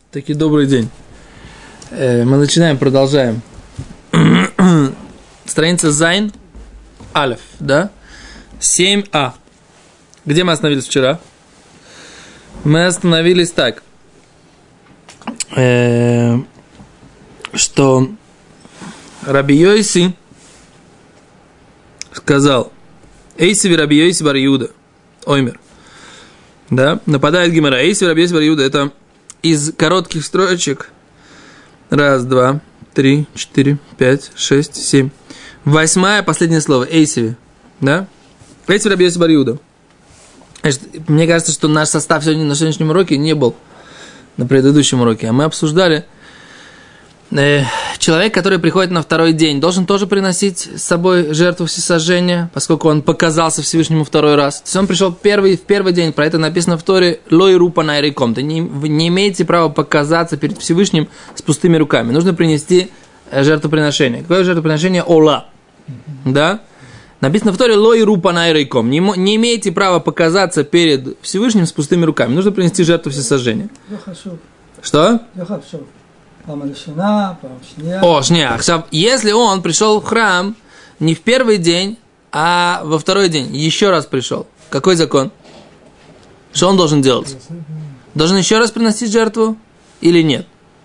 Таки добрый день. Мы начинаем, продолжаем. Страница Зайн, Алеф, да? 7а. Где мы остановились вчера? Мы остановились так, что Раби Йоси сказал: Эйсиви Раби Йоси бар Юда, Оймер. Да? Нападает Гемара. Эйсиви Раби Йоси бар Юда. Это из коротких строчек. 1, 2, 3, 4, 5, 6, 7. 8, последнее слово. Эйсиви. Да? Эйсиви Раби Йоси бар Юда. Мне кажется, что наш состав сегодня на сегодняшнем уроке не был на предыдущем уроке. А мы обсуждали, человек, который приходит на второй день, должен тоже приносить с собой жертву всесожжения, поскольку он показался Всевышнему второй раз. То есть он пришел в первый день, про это написано в Торе «Лой рупа найриком». Вы не имеете права показаться перед Всевышним с пустыми руками. Нужно принести жертвоприношение. Какое жертвоприношение? Ола. Да? Написано в Торе «Лой рупа найриком». Не имеете права показаться перед Всевышним с пустыми руками. Нужно принести жертву всесожжения. Что? Если он пришел в храм не в первый день, а во второй день, еще раз пришел, какой закон? Что он должен делать? Должен еще раз приносить жертву или нет?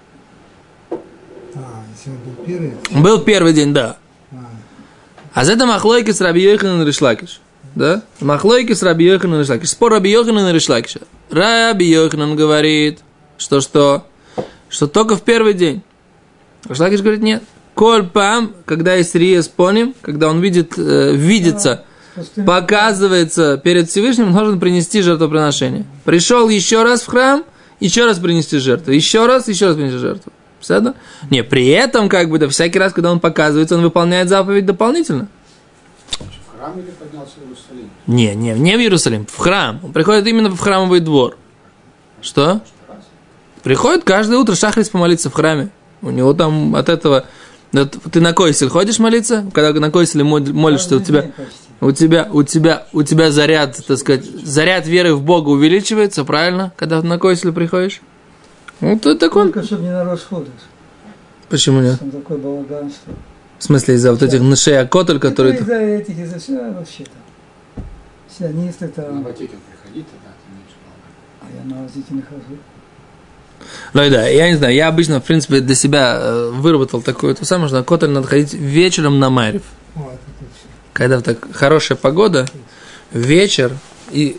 Если он был первый? Был первый день, да. А за это махлойки с Раби Йоханан и Риш Лакиш. Да? Махлойки с Раби Йоханан и Риш Лакиш. Спор Раби Йоханана и Риш Лакиша. Раби Йоханан говорит, что только в первый день. Риш Лакиш говорит, нет. Коль пам, когда есть риес поним, когда он видится, показывается перед Всевышним, он должен принести жертвоприношение. Пришел еще раз в храм, еще раз принести жертву. Еще раз принести жертву. Понятно? Не, при этом, да, всякий раз, когда он показывается, он выполняет заповедь дополнительно. В храм или поднялся в Иерусалим? Не в Иерусалим, в храм. Он приходит именно в храмовый двор. Что? Приходит каждое утро шахрис помолиться в храме. У него там от этого... Ты на койсель ходишь молиться? Когда на койселе молишься, у тебя заряд, так сказать, заряд веры в Бога увеличивается, правильно? Когда ты на койселе приходишь? Вот это такой. Только чтобы не народ сходит. Почему нет? Там такой балаган, что... В смысле, из-за вот этих нашей котель, которые... Из-за этих, из-за всего вообще там. Сионисты там... На Ватикин приходи, тогда ты меньше балаган. А я на Ватикин не хожу. Ну да, я не знаю, я обычно, в принципе, для себя выработал такое, то самое, что на котель надо ходить вечером на Майрев. Когда так хорошая погода, вечер и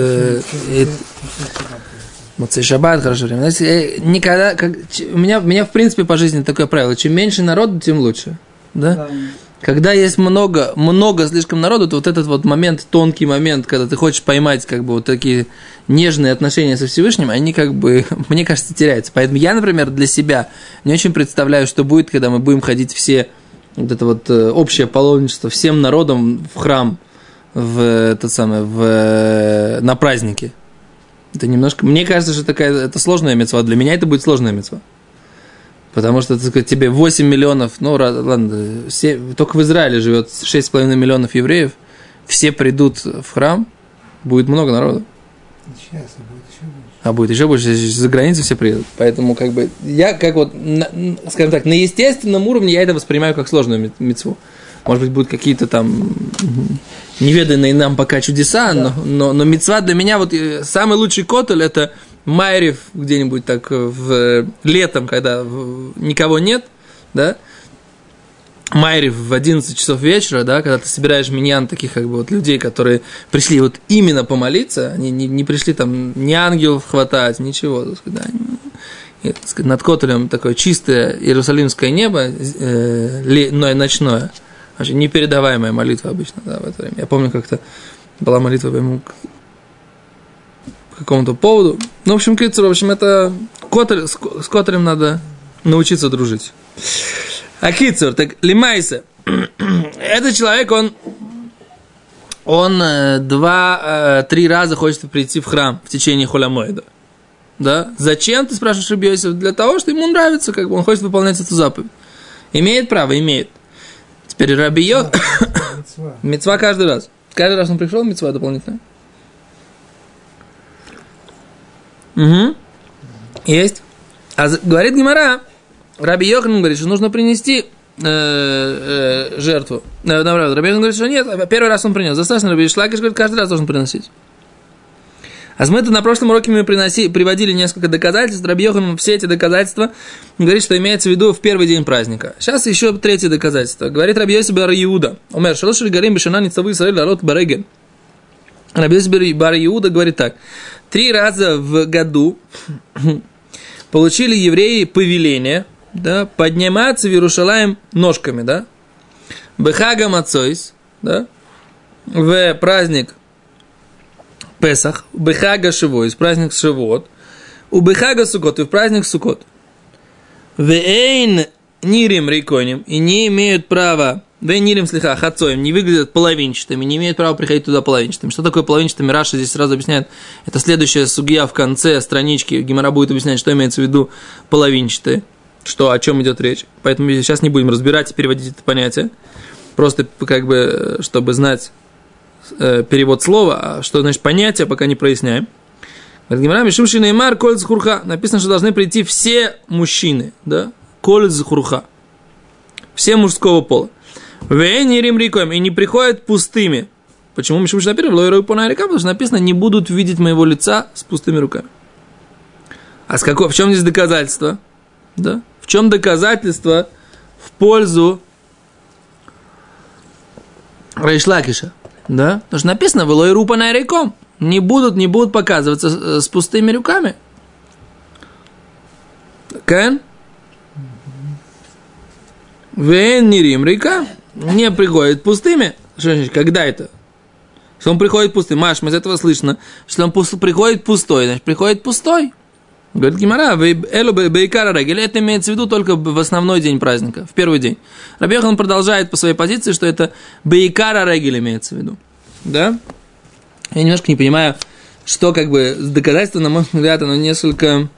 Моцей Шаббат, хорошо время. Знаете, никогда, у меня в принципе по жизни такое правило: чем меньше народу, тем лучше. Да? Когда есть много слишком народу, то вот этот вот момент, тонкий момент, когда ты хочешь поймать вот такие нежные отношения со Всевышним, они мне кажется, теряются. Поэтому я, например, для себя не очень представляю, что будет, когда мы будем ходить все, вот это вот общее паломничество всем народом в храм на праздники. Это немножко... Мне кажется, что это сложная мицва. Для меня это будет сложная мицва. Потому что, так сказать, тебе 8 миллионов... ладно, только в Израиле живет 6,5 миллионов евреев. Все придут в храм. Будет много народу. Сейчас будет еще больше. А будет еще больше. За границу все приедут. Поэтому, я, скажем так, на естественном уровне я это воспринимаю как сложную мицву. Может быть, будут какие-то там неведанные нам пока чудеса, да. но мицва для меня, самый лучший котель — это Майрев где-нибудь так летом, когда никого нет, да, Майрев в 11 часов вечера, да, когда ты собираешь миньян таких людей, которые пришли именно помолиться, они не пришли там ни ангелов хватать, ничего, так сказать, да, и, так сказать, над котелем такое чистое иерусалимское небо, ночное. Вообще непередаваемая молитва обычно, да, в это время. Я помню, как-то была молитва по какому-то поводу. В общем, это котель, с котелем надо научиться дружить. А кицур, так лимайса. Этот человек, он 2-3 раза хочет прийти в храм в течение холямоэда. Да? Зачем, ты спрашиваешь Раби Йосиф? Для того, что ему нравится, он хочет выполнять эту заповедь. Имеет право, имеет. Теперь Раби Йо... Мицва каждый раз. Каждый раз он пришел, мицва дополнительная. Угу. Есть. Говорит Гемара, Раби Йохан говорит, что нужно принести жертву. Наоборот, Раби Йохан говорит, что нет, первый раз он принес. Достаточно, Раби Шлакиш говорит, каждый раз должен приносить. А мы-то на прошлом уроке приводили несколько доказательств. Раби Йохан все эти доказательства говорит, что имеется в виду в первый день праздника. Сейчас еще третье доказательство. Говорит Раби Йоси бар Иуда. Умер, шалоши гарим бешана ницавы Исраэль ларот бареген. Раби Йоси бар Иуда говорит так. 3 раза в году получили евреи повеление, да, подниматься в Иерушалаим ножками, да, бехага мацойс, да, в праздник Песах, бехага Шивойс, праздник Шивот, у бехага Сукот, и в праздник Сукот. Вейн нирим рейконим, и не имеют права, вейн нирим слиха хацоем, не выглядят половинчатыми, не имеют права приходить туда половинчатыми. Что такое половинчатыми? Раша здесь сразу объясняет, это следующая сугья в конце странички, Гемара будет объяснять, что имеется в виду половинчатые, что, о чем идет речь. Поэтому сейчас не будем разбирать и переводить это понятие, просто как бы, чтобы знать перевод слова, а что значит понятие, пока не проясняем. Написано, что должны прийти все мужчины, да? Коль зхурха. Все мужского пола. И не приходят пустыми. Почему? Потому что написано, не будут видеть моего лица с пустыми руками. А в чем здесь доказательство? Да? В чем доказательство в пользу Рейш Лакиша? Да? Потому что написано «Велой рупа на рейком». Не будут показываться с пустыми руками. Кен? Вен нирим рейка. Не приходит пустыми. Что значит, когда это? Что он приходит пустым. Маш, из этого слышно, что он приходит пустой. Значит, приходит пустой. Говорит Гемара, это имеется в виду только в основной день праздника, в первый день. Раби Йохан продолжает по своей позиции, что это бейкара регель имеется в виду. Да? Я немножко не понимаю, что как бы доказательство, на мой взгляд, оно несколько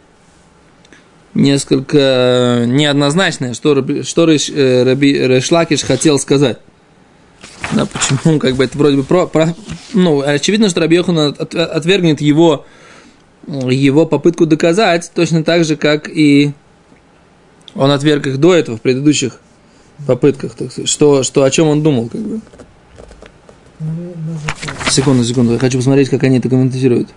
неоднозначное, что Рейш Лакиш хотел сказать. Да, почему, как бы, это вроде бы очевидно, что Раби Йохан отвергнет его попытку доказать, точно так же, как и он отверг их до этого, в предыдущих попытках, так сказать, что о чем он думал, как бы. Секунду, я хочу посмотреть, как они это комментируют.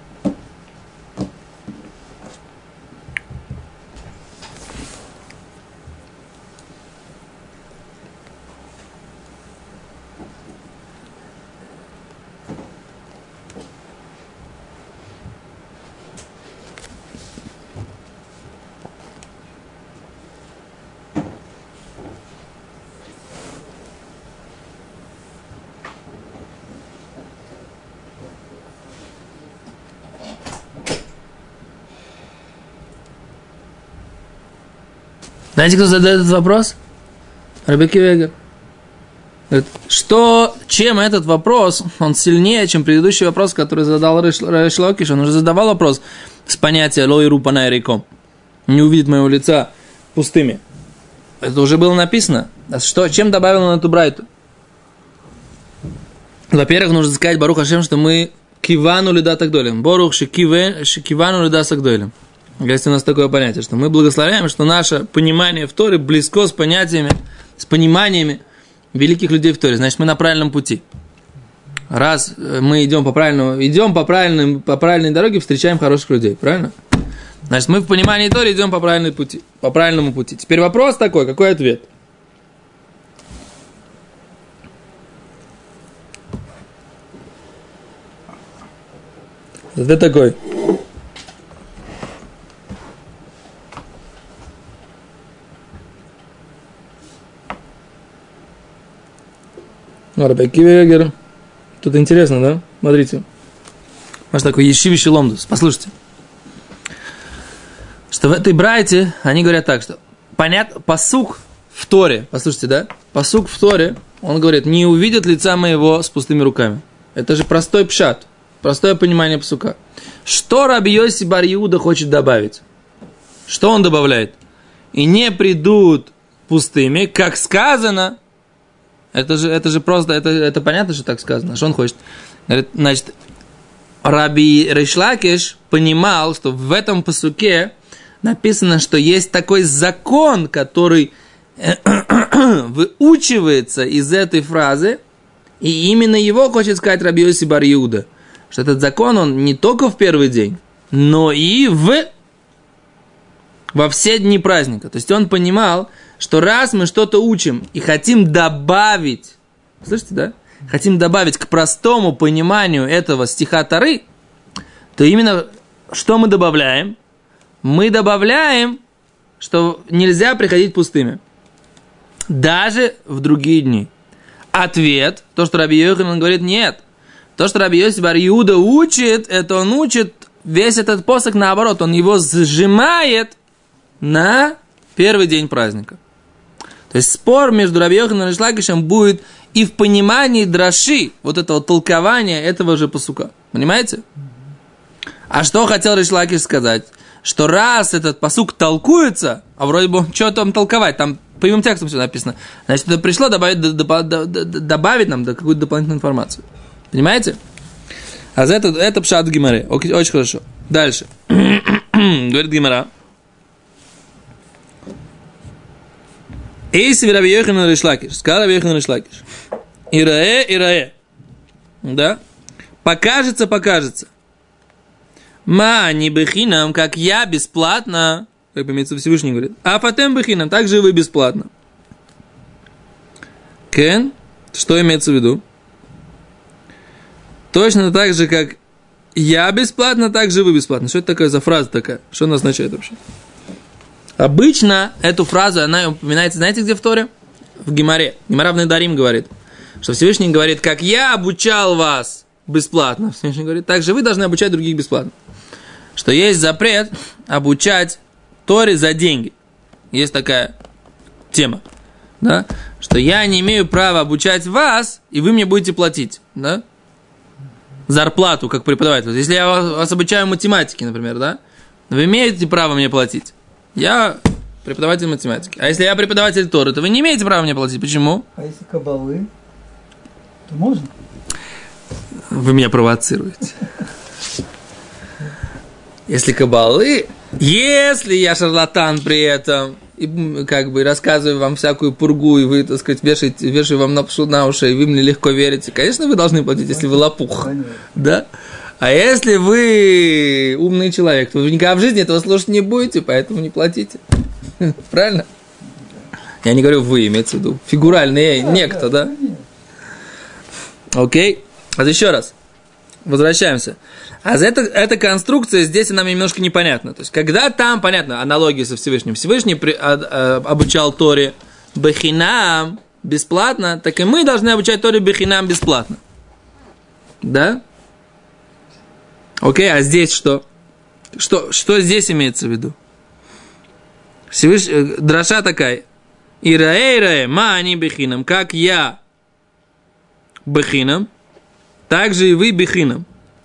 Знаете, кто задает этот вопрос? Раби Акива говорит, чем этот вопрос, он сильнее, чем предыдущий вопрос, который задал Рейш Лакиш. Он уже задавал вопрос с понятия «лой рупа на рейком». Не увидит моего лица пустыми. Это уже было написано. Чем добавил он эту брайту? Во-первых, нужно сказать Барух Ашем, что мы кивану лида тагдолем. Борух шикивану лида сагдолем. Есть у нас такое понятие, что мы благословляем, что наше понимание в Торе близко с понятиями, с пониманиями великих людей в Торе. Значит, мы на правильном пути. Раз мы идем по правильной дороге, встречаем хороших людей. Правильно? Значит, мы в понимании Торы идем по правильному пути. Теперь вопрос такой, какой ответ? Ответ такой. Раби Акива, тут интересно, да? Смотрите. Маш такой ешивищий ломдус. Послушайте. Что в этой брайте, они говорят так, что понятно, пасук в Торе, послушайте, да? Пасук в Торе, он говорит, не увидят лица моего с пустыми руками. Это же простой пшат, простое понимание пасука. Что Раби Йоси бар Иуда хочет добавить? Что он добавляет? И не придут пустыми, как сказано. Это же просто, это понятно, что так сказано. Что он хочет? Говорит, значит, Раби Рейш Лакиш понимал, что в этом пасуке написано, что есть такой закон, который выучивается из этой фразы, и именно его хочет сказать Раби Йоси бар Иуда, что этот закон, он не только в первый день, но и во все дни праздника. То есть он понимал, что раз мы что-то учим и хотим добавить, слышите, да? Хотим добавить к простому пониманию этого стиха Торы, то именно что мы добавляем? Мы добавляем, что нельзя приходить пустыми. Даже в другие дни. Ответ, то, что Раби Йоханан говорит, нет. То, что Раби Йоси бар Иуда учит, это он учит весь этот посох наоборот. Он его сжимает на первый день праздника. То есть спор между Раби Йохананом и Рейш Лакишем будет и в понимании драши, вот этого толкования этого же пасука. Понимаете? А что хотел Рейш Лакиш сказать? Что раз этот пасук толкуется, а вроде бы что там толковать, там прямым текстом все написано, значит, это пришло добавить нам какую-то дополнительную информацию. Понимаете? А это пшат в Гемаре. Очень хорошо. Дальше. Говорит Гемара. Эйси Раби Йоханан Рейш Лакиш. Сказал Раби Йоханан Рейш Лакиш. Ирае. Да? Покажется. Ма не бехинам, как я бесплатно, как бы имеется Всевышний говорит, а потом бехинам, так же и вы бесплатно. Кен? Что имеется в виду? Точно так же, как я бесплатно, так же и вы бесплатно. Что это такое за фраза такая? Что она означает вообще? Обычно эту фразу, она упоминается, знаете, где в Торе? В Гемаре. Гемара в Недарим говорит, что Всевышний говорит, как я обучал вас бесплатно, Всевышний говорит, так же вы должны обучать других бесплатно. Что есть запрет обучать Торе за деньги. Есть такая тема, да? Что я не имею права обучать вас, и вы мне будете платить, да? Зарплату, как преподаватель. Если я вас обучаю математике, например, да? Вы имеете право мне платить. Я преподаватель математики. А если я преподаватель Торы, то вы не имеете права мне платить. Почему? А если кабалы, то можно? Вы меня провоцируете. Если кабалы, если я шарлатан при этом, и как бы рассказываю вам всякую пургу, и вы, так сказать, вешаю вам на уши, и вы мне легко верите, конечно, вы должны платить, если вы лопух. Да? А если вы умный человек, то вы никогда в жизни этого слушать не будете, поэтому не платите. Правильно? Я не говорю вы, имеется в виду фигуральный некто, да? Окей? А еще раз. Возвращаемся. А эта конструкция здесь нам немножко непонятна. То есть, когда там, понятно, аналогия со Всевышним. Всевышний обучал Торе бехинам бесплатно, так и мы должны обучать Торе бехинам бесплатно. Да? Окей, а здесь что? Что здесь имеется в виду? Драша такая. Ирае, ма они бехинам, как я бехинам, так же и вы бехинам.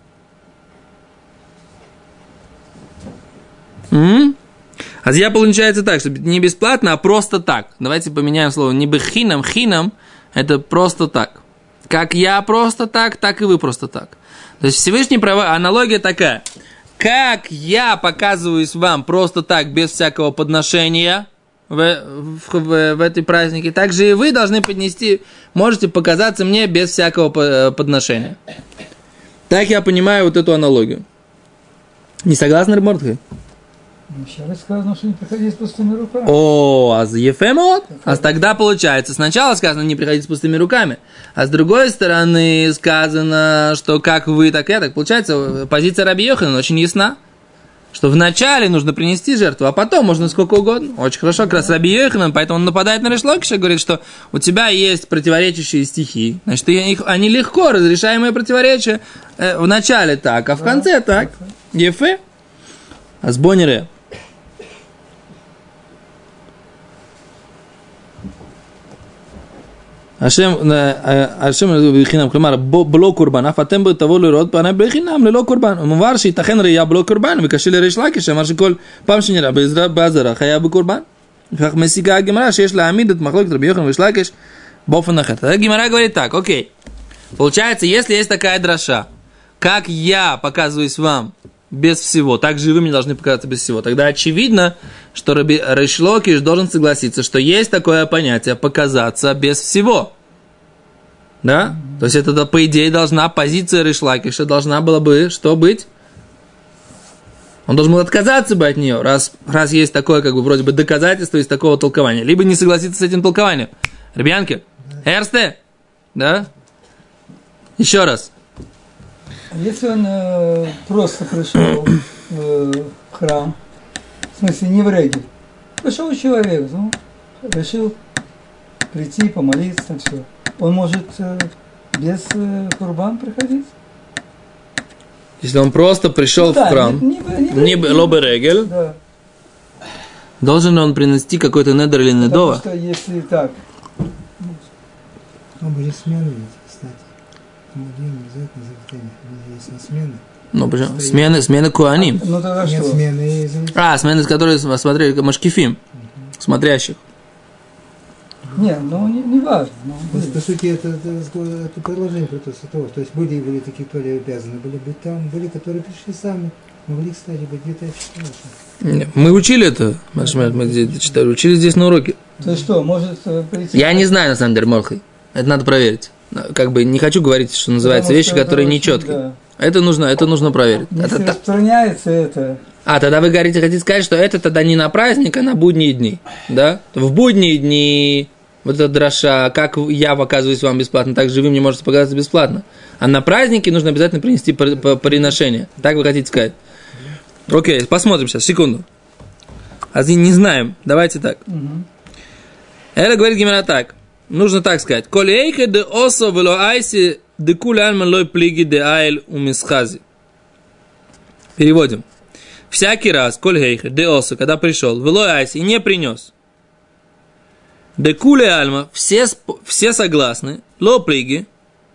А я получается так, что не бесплатно, а просто так. Давайте поменяем слово. Не бехинам, хинам, это просто так. Как я просто так, так и вы просто так. То есть Всевышний аналогия такая. Как я показываюсь вам просто так, без всякого подношения в этой празднике, так же и вы должны можете показаться мне без всякого подношения. Так я понимаю вот эту аналогию. Не согласны, Рабмордхай? Сейчас сказано, что не приходить с пустыми руками. О, а с Ефемот? А тогда получается, сначала сказано не приходить с пустыми руками, а с другой стороны сказано, что как вы, так я. Так получается, позиция Раби Йоханана очень ясна, что вначале нужно принести жертву, а потом можно сколько угодно. Очень хорошо, как раз Раби Йоханан, поэтому он нападает на Рейш Лакиша, говорит, что у тебя есть противоречащие стихи, значит, они легко разрешаемые противоречия в начале так, а в конце так. Ефе, а с Бонере. השם בחינם, כלומר, בלא קורבן, אף אתם תבואו לראות פנה בחינם, ללא קורבן. ומובן שייתכן ראייה בלא קורבן, וקשה לריש לקיש, אמר שכל פעם שנראה בעזרה חייב בקורבן. וכך משיגה הגמרא שיש להעמיד את מחלוקת רבי יוחנן וריש לקיש באופן אחר. הגמרא говорит так, окей. Получается, если есть такая драша, как я показываюсь вам без всего. Также и вы мне должны показаться без всего. Тогда очевидно, что Рейш Локиш должен согласиться, что есть такое понятие показаться без всего. Да? То есть это, по идее, должна позиция Рейш Лакиша должна была бы что быть? Он должен был отказаться бы от нее, раз есть такое, как бы, вроде бы доказательство из такого толкования. Либо не согласиться с этим толкованием. Ребянки, Эрсте? Да? Еще раз. Если он просто пришел в храм, в смысле не в регель, пришел человек, ну, решил прийти, помолиться, все. Он может без курбан приходить? Если он просто пришел в храм, не лобе регель, да. Должен ли он принести какой-то недер или недова? Потому что если так... Ну, были смены ведь, кстати. Мудим обязательно завтра есть на смены. Ну, почему? Смены Куаним. Ну, тогда нет, что? смены смены, с которых смотрели Машкифим, смотрящих. Нет, ну не важно. По сути, это продолжение процесса того. То есть были такие, которые обязаны были быть там, были, которые пришли сами. Могли, кстати, быть где-то читать. Мы учили это, мы здесь читали, учили здесь на уроке. То есть что, может прийти... Я не знаю, на самом деле, Морхай. Это надо проверить. Как бы не хочу говорить, что называется, вещи, которые нечеткие. Да. Это нужно проверить. Если распространяется это... Тогда вы хотите сказать, что это тогда не на праздник, а на будние дни. Да? В будние дни вот эта дроша, как я оказываюсь вам бесплатно, так же вы мне можете показаться бесплатно. А на праздники нужно обязательно принести приношение. Так вы хотите сказать? Окей, посмотрим сейчас, секунду. Не знаем, давайте так. Это говорит Гимара так. Нужно так сказать. Коль эйхе де осо вело айси де куль альман лой плиги де айл умисхази. Переводим. Всякий раз, коль эйхе де осо, когда пришел, вело айси и не принес. Де куле альма, все согласны, ло плиги,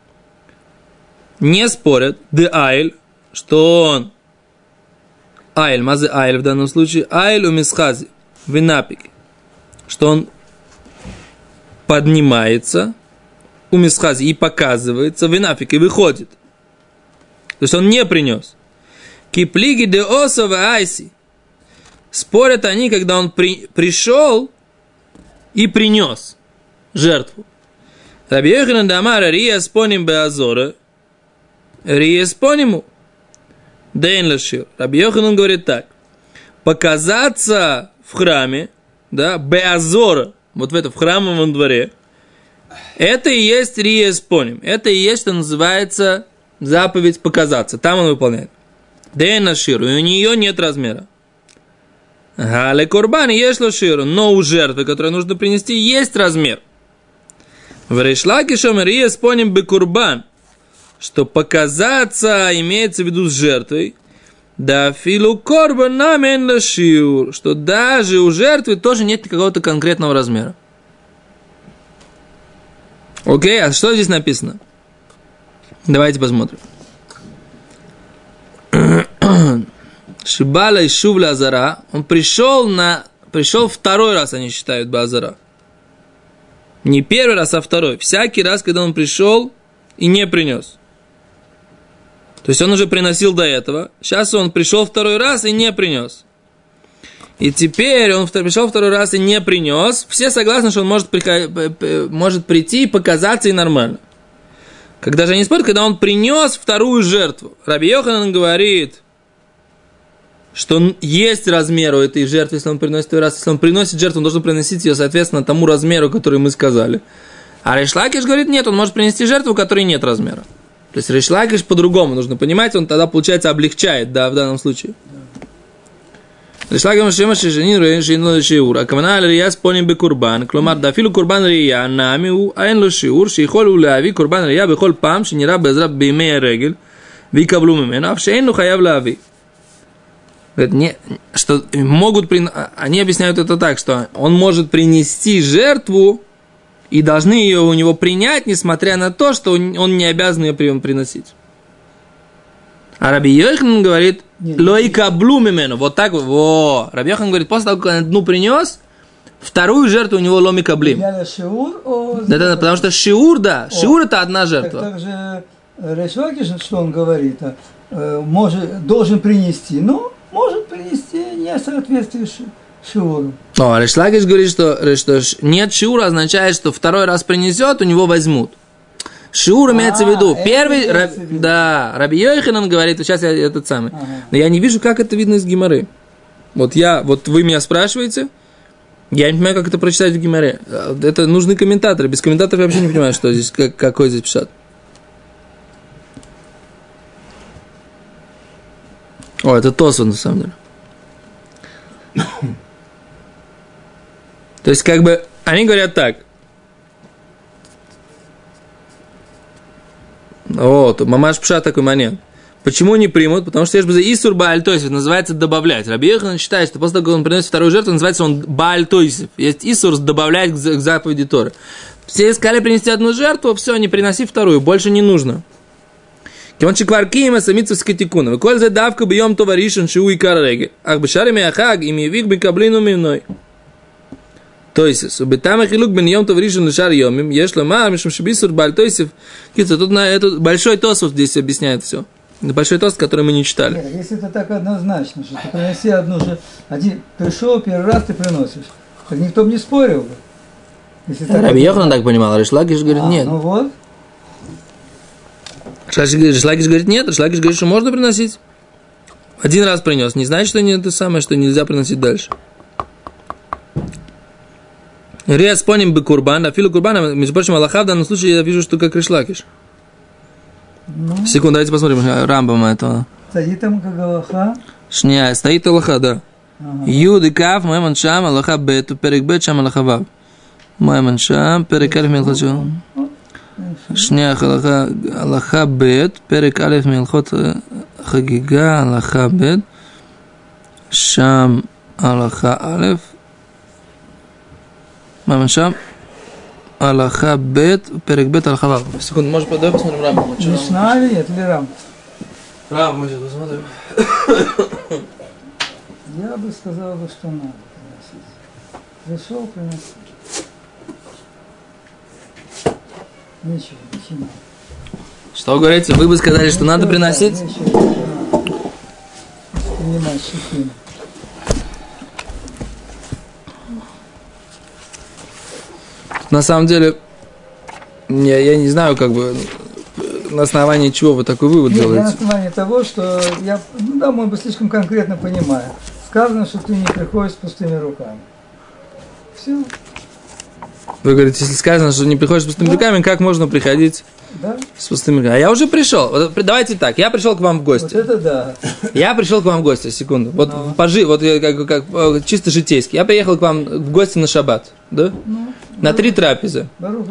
не спорят, де айл, что он айл, мазе айл в данном случае, айл умисхази, винапики, что он поднимается, умисхази, и показывается, винапики, выходит. То есть он не принес. Киплиги де осова айси. Спорят они, когда он пришел и принес жертву. Раби Йоханан дамара рия споним беазора, рия спониму дейн лашир. Раби Йоханан говорит так. Показаться в храме, да, беазора, вот в храмовом дворе, это и есть рия споним. Это и есть, что называется, заповедь показаться. Там он выполняет. Дейн лашир, и у нее нет размера. Гале курбан есть лоширу, но у жертвы, которую нужно принести, есть размер. В Рейш Лакишем рия споним бы курбан, что показаться имеется в виду с жертвой. Да филу корбан намен лошиур, что даже у жертвы тоже нет какого-то конкретного размера. Окей, а что здесь написано? Давайте посмотрим. Шибала и Шувля Азара, он пришел второй раз, они считают, Базара. Не первый раз, а второй. Всякий раз, когда он пришел и не принес. То есть он уже приносил до этого. Сейчас он пришел второй раз и не принес. И теперь он пришел второй раз и не принес. Все согласны, что он может прийти и показаться и нормально. Когда же они спорят, когда он принес вторую жертву. Раби Йоханан говорит, что есть размер у этой жертвы, если он приносит второй раз. Если он приносит жертву, он должен приносить ее, соответственно, тому размеру, который мы сказали. А Рейш Лакиш говорит, нет, он может принести жертву, у которой нет размера. То есть Рейш Лакиш по-другому нужно понимать, он тогда, получается, облегчает, да, в данном случае. Рейш Лакиш шемаши женин рейшин ло шиур, а кавана рия споним бе курбан, кломар дафилу курбан рия нами у аэн ло шиур, шейхол улави курбан рия бехол пам, шинира безра беймей регель, викаблу мимена, шейн ло хаяв лави. Что они объясняют это так, что он может принести жертву, и должны ее у него принять, несмотря на то, что он не обязан ее приносить. А Раби Йоханан говорит, лойка блумимену, вот так вот. Раби Йоханан говорит, после того, как он одну принес, вторую жертву у него ломика блим. Да, потому что шиур, да, шиур это одна жертва. Так же Рейш Лакиш, что он говорит, должен принести, но может принести не в соответствии с шиуром. Реш Лакиш говорит, что нет шиура означает, что второй раз принесет, у него возьмут. Шиур имеется в виду. Первый, Раби Йоханан говорит, сейчас я этот самый. Но я не вижу, как это видно из Гемары. Вот вы меня спрашиваете, я не понимаю, как это прочитать в Гемаре. Это нужны комментаторы. Без комментаторов я вообще не понимаю, что здесь, какой здесь пшат. Это Тосфот на самом деле. То есть, они говорят так. Мамаш пшат такой момент. Почему не примут? Потому что Исур Бааль Тойсев называется добавлять. Раби Йохан считает, что после того, как он приносит вторую жертву, называется он Бааль Тойсев. Есть Исур добавлять к заповеди Торы. Все искали принести одну жертву, все, не приноси вторую, больше не нужно. Киванчикваркима самицевская тикуна. Коль за давка бьем товаришен шиу и карреги. Ах бешари меахаг и миевик бекаблину мивной. То есть, убитам ахилук бен йом товаришен лишар йомим, ешла мар, мишем шибисур баль тойсев. Тут на этот большой тосфот здесь объясняет все. Большой тост, который мы не читали. Нет, если это так однозначно, что ты приноси одну же, пришел, первый раз ты приносишь, так никто бы не спорил бы. Раби Йоханан так понимал, Реш Лакиш говорит нет. Ну вот. Реш Лакиш говорит нет, Реш Лакиш говорит, что можно приносить. Один раз принес, не значит, что не это самое, что нельзя приносить дальше. Рез поним бы курбан, а филу курбана, между прочим, Аллаха в данном случае я вижу, что как Реш Лакиш. Секунду, давайте посмотрим Рамбама этого. Стоит там как Аллаха. Шния, стоит Аллаха, да. Юд и Кав, Майман Шам, Аллаха Бет, Перек Бет, Шам Аллаха Вав. Майман Шам, Перек Алиф Милхот. Шния, Аллаха Бет, Перек Алиф Милхот Хагига, Аллаха Бет, Шам Аллаха Алиф. Майман Шам. Аллаха Бет, Перек Бет, Аллаха Вав. Секунду, может, давай посмотрим Рамбама. Мишна или нет, или Рам? Рамбама сейчас посмотрим. Я бы сказал, что надо приносить. Пришел, приносить. Ничего. Что вы говорите? Вы бы сказали, что надо приносить? Принимать шехину. На самом деле, я не знаю, на основании чего вы такой вывод делаете. Я на основании того, что я, может быть, слишком конкретно понимаю. Сказано, что ты не приходишь с пустыми руками. Все. Вы говорите, если сказано, что не приходишь с пустыми руками, как можно приходить с пустыми руками? А я уже пришел. Давайте так, я пришел к вам в гости. Вот это да. Я пришел к вам в гости, секунду. Как чисто житейски. Я приехал к вам в гости на шаббат, да? На 3 трапезы.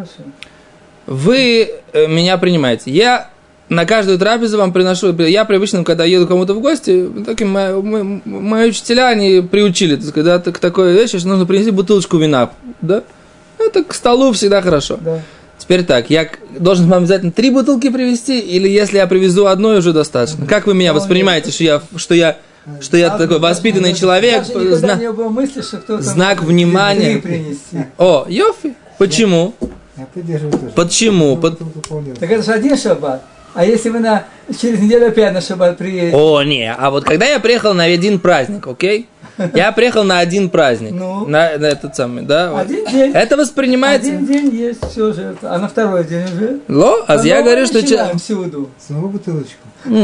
Вы меня принимаете. Я на каждую трапезу вам приношу. Я привычно, когда еду к кому-то в гости, мои учителя, они приучили, к такой вещи, что нужно принести бутылочку вина. Да? Это к столу всегда хорошо. Да. Теперь так, я должен вам обязательно 3 бутылки привезти, или если я привезу одну, уже достаточно? Как вы меня воспринимаете, что я такой воспитанный человек? Не было мысли, что кто-то знак внимания. О, Йофи. Почему? Я поддерживаю тоже. Почему? Так это же один шаббат. А если вы через неделю опять на шаббат приедете? О, не. А вот когда я приехал на один праздник, окей? Я приехал на один праздник. На этот самый, да? Один день. Это воспринимается... Один день есть, все же. А на второй день уже? Я говорю, что... Всюду. Снова бутылочку.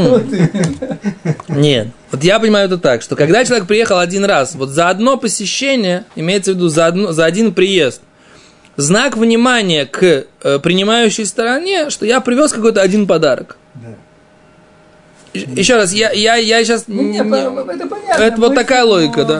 Нет. Вот я понимаю это так, что когда человек приехал один раз, вот за одно посещение, имеется в виду за один приезд, знак внимания к принимающей стороне, что я привез какой-то один подарок. Да. Еще раз, я сейчас... это понятно. Это вот такая логика, да.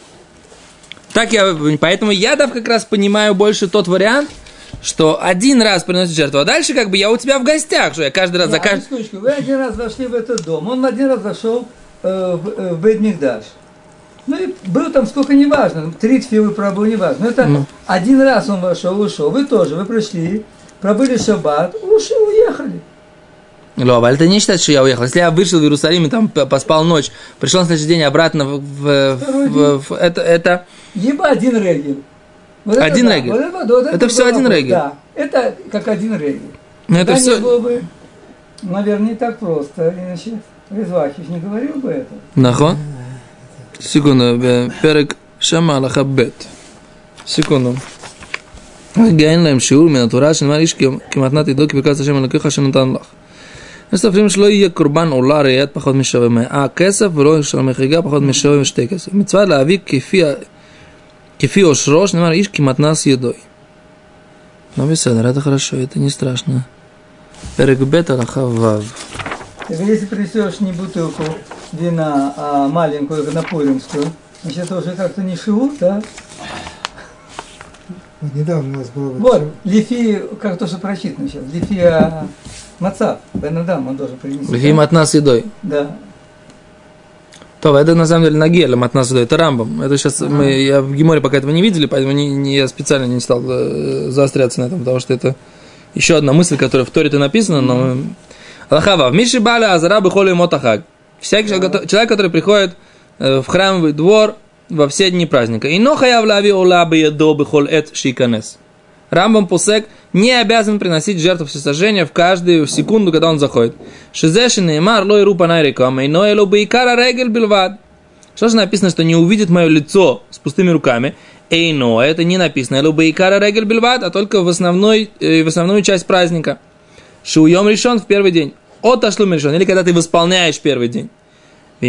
Поэтому я как раз понимаю больше тот вариант, что один раз приносит жертву, а дальше я у тебя в гостях, что я каждый раз... Вы один раз вошли в этот дом, он один раз вошел в Бейт-Микдаш. Ну и был там сколько, неважно, 3 тфилы пробыл, неважно. Но это один раз он вошел, ушел. Вы тоже, вы пришли, пробыли шаббат, уехали. А это не считает, что я уехал. Если я вышел в Иерусалим и там поспал ночь, пришел на следующий день обратно это... Либо один регель. Один регель? Это все один регель? Да, это как один регель. Это все... было бы, наверное, не так просто, иначе... Резвахич не говорил бы это. Нахон? Секунду. Перек Шама Алаха Бет. Секунду. Гаин лаем шиур минатура שנאמר איש כמתנת ידו כי ברכת השם אלוקיך שנתן לך. מספרים שלא יהיה קורבן עולה ראיית פחות משווה 100 כסף ולא של המחריגה פחות משווה 2 כסף. מצווה להביא כפי עושרו שנאמר איש כמתנס ידוי. Ну, беседа, это хорошо, это не страшно. Перек Бет Алаха Вав. Если принесешь не бутылку вина, а маленькую напоримскую, значит, это уже как-то не шиур, да? Вот недавно у нас было... Вот, лифи, как то, что прочитано сейчас, лифи Мацав, Бен-Адам, он должен принести. Лифи Матнас Едой. Да. То, это на самом деле Нагель, Матнас Едой, это Рамбам. Это сейчас я в Геморе пока этого не видели, поэтому я специально не стал заостряться на этом, потому что это еще одна мысль, которая в Торе-то написана, но... Аллахава, в Миши Баля Азара Бехоли Мотахаг. Всякий человек, который приходит в храмовый двор во все дни праздника. Ино хаяв лави ола беядо бехол эт шиканес. Рамбам Пусек не обязан приносить жертву всесожжения в каждую секунду, когда он заходит. Шизеши неймар лой рупа найрекам, ино эло бейкара регель бильвад. Что же написано, что не увидит мое лицо с пустыми руками? Эйно, это не написано. Эло бейкара регель бильвад, а только в основную часть праздника. Шуйом решен в первый день. Отошлю решен, или когда ты восполняешь первый день. Но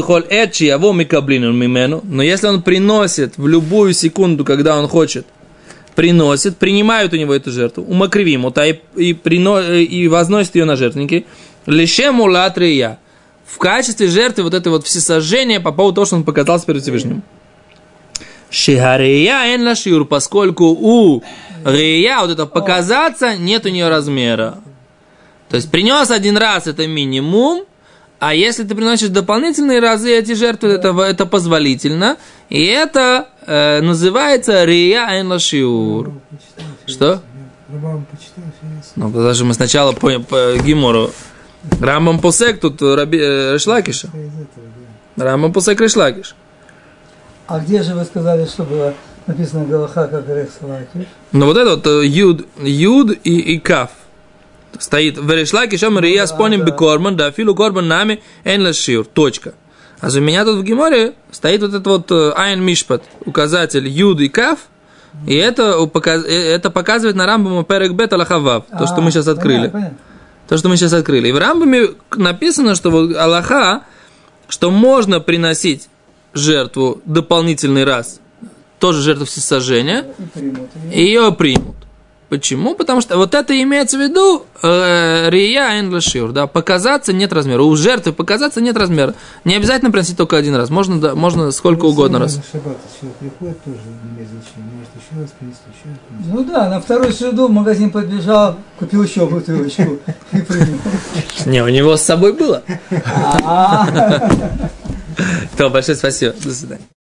если он приносит в любую секунду, когда он хочет, приносит, принимают у него эту жертву, умакривим, и возносит ее на жертвенники, лишему латрия, в качестве жертвы вот это вот всесожжение по поводу того, что он покатался перед Всевышним. Шигария эн лашиур, поскольку у рия, вот это показаться, нет у нее размера. То есть принес один раз, это минимум, а если ты приносишь дополнительные разы эти жертвы, это позволительно, и это называется рия эн лашиур. Что? Ну, потому что мы сначала по Гемору. Рамбам Пусек, тут Решлакиша. Рамбам Пусек Решлакиш. А где же вы сказали, что было написано Галаха как Решлакиш? Ну вот это вот Юд и Каф. Стоит в Решлакиш, а Рия споним бекорман, да филу корбан нами эн лашиур. Точка. А у меня тут в Геморе стоит вот этот вот Айн Мишпат, указатель Юд и Каф, и это показывает на Рамбаму Перек Бет Алаха Вав, то, что мы сейчас открыли. Понятно. То, что мы сейчас открыли. И в Рамбаме написано, что вот Алаха, что можно приносить жертву дополнительный раз, тоже жертву всесожжения, и ее примут. Почему? Потому что вот это имеется в виду рия эн лашиур, да, показаться нет размера. У жертвы показаться нет размера. Не обязательно приносить только один раз, можно сколько угодно раз. Приходит тоже не имеет значения, может еще раз принести, еще раз принести. Ну да, на вторую среду в магазин подбежал, купил еще бутылочку и принял. Не, у него с собой было. То, большое спасибо. До свидания.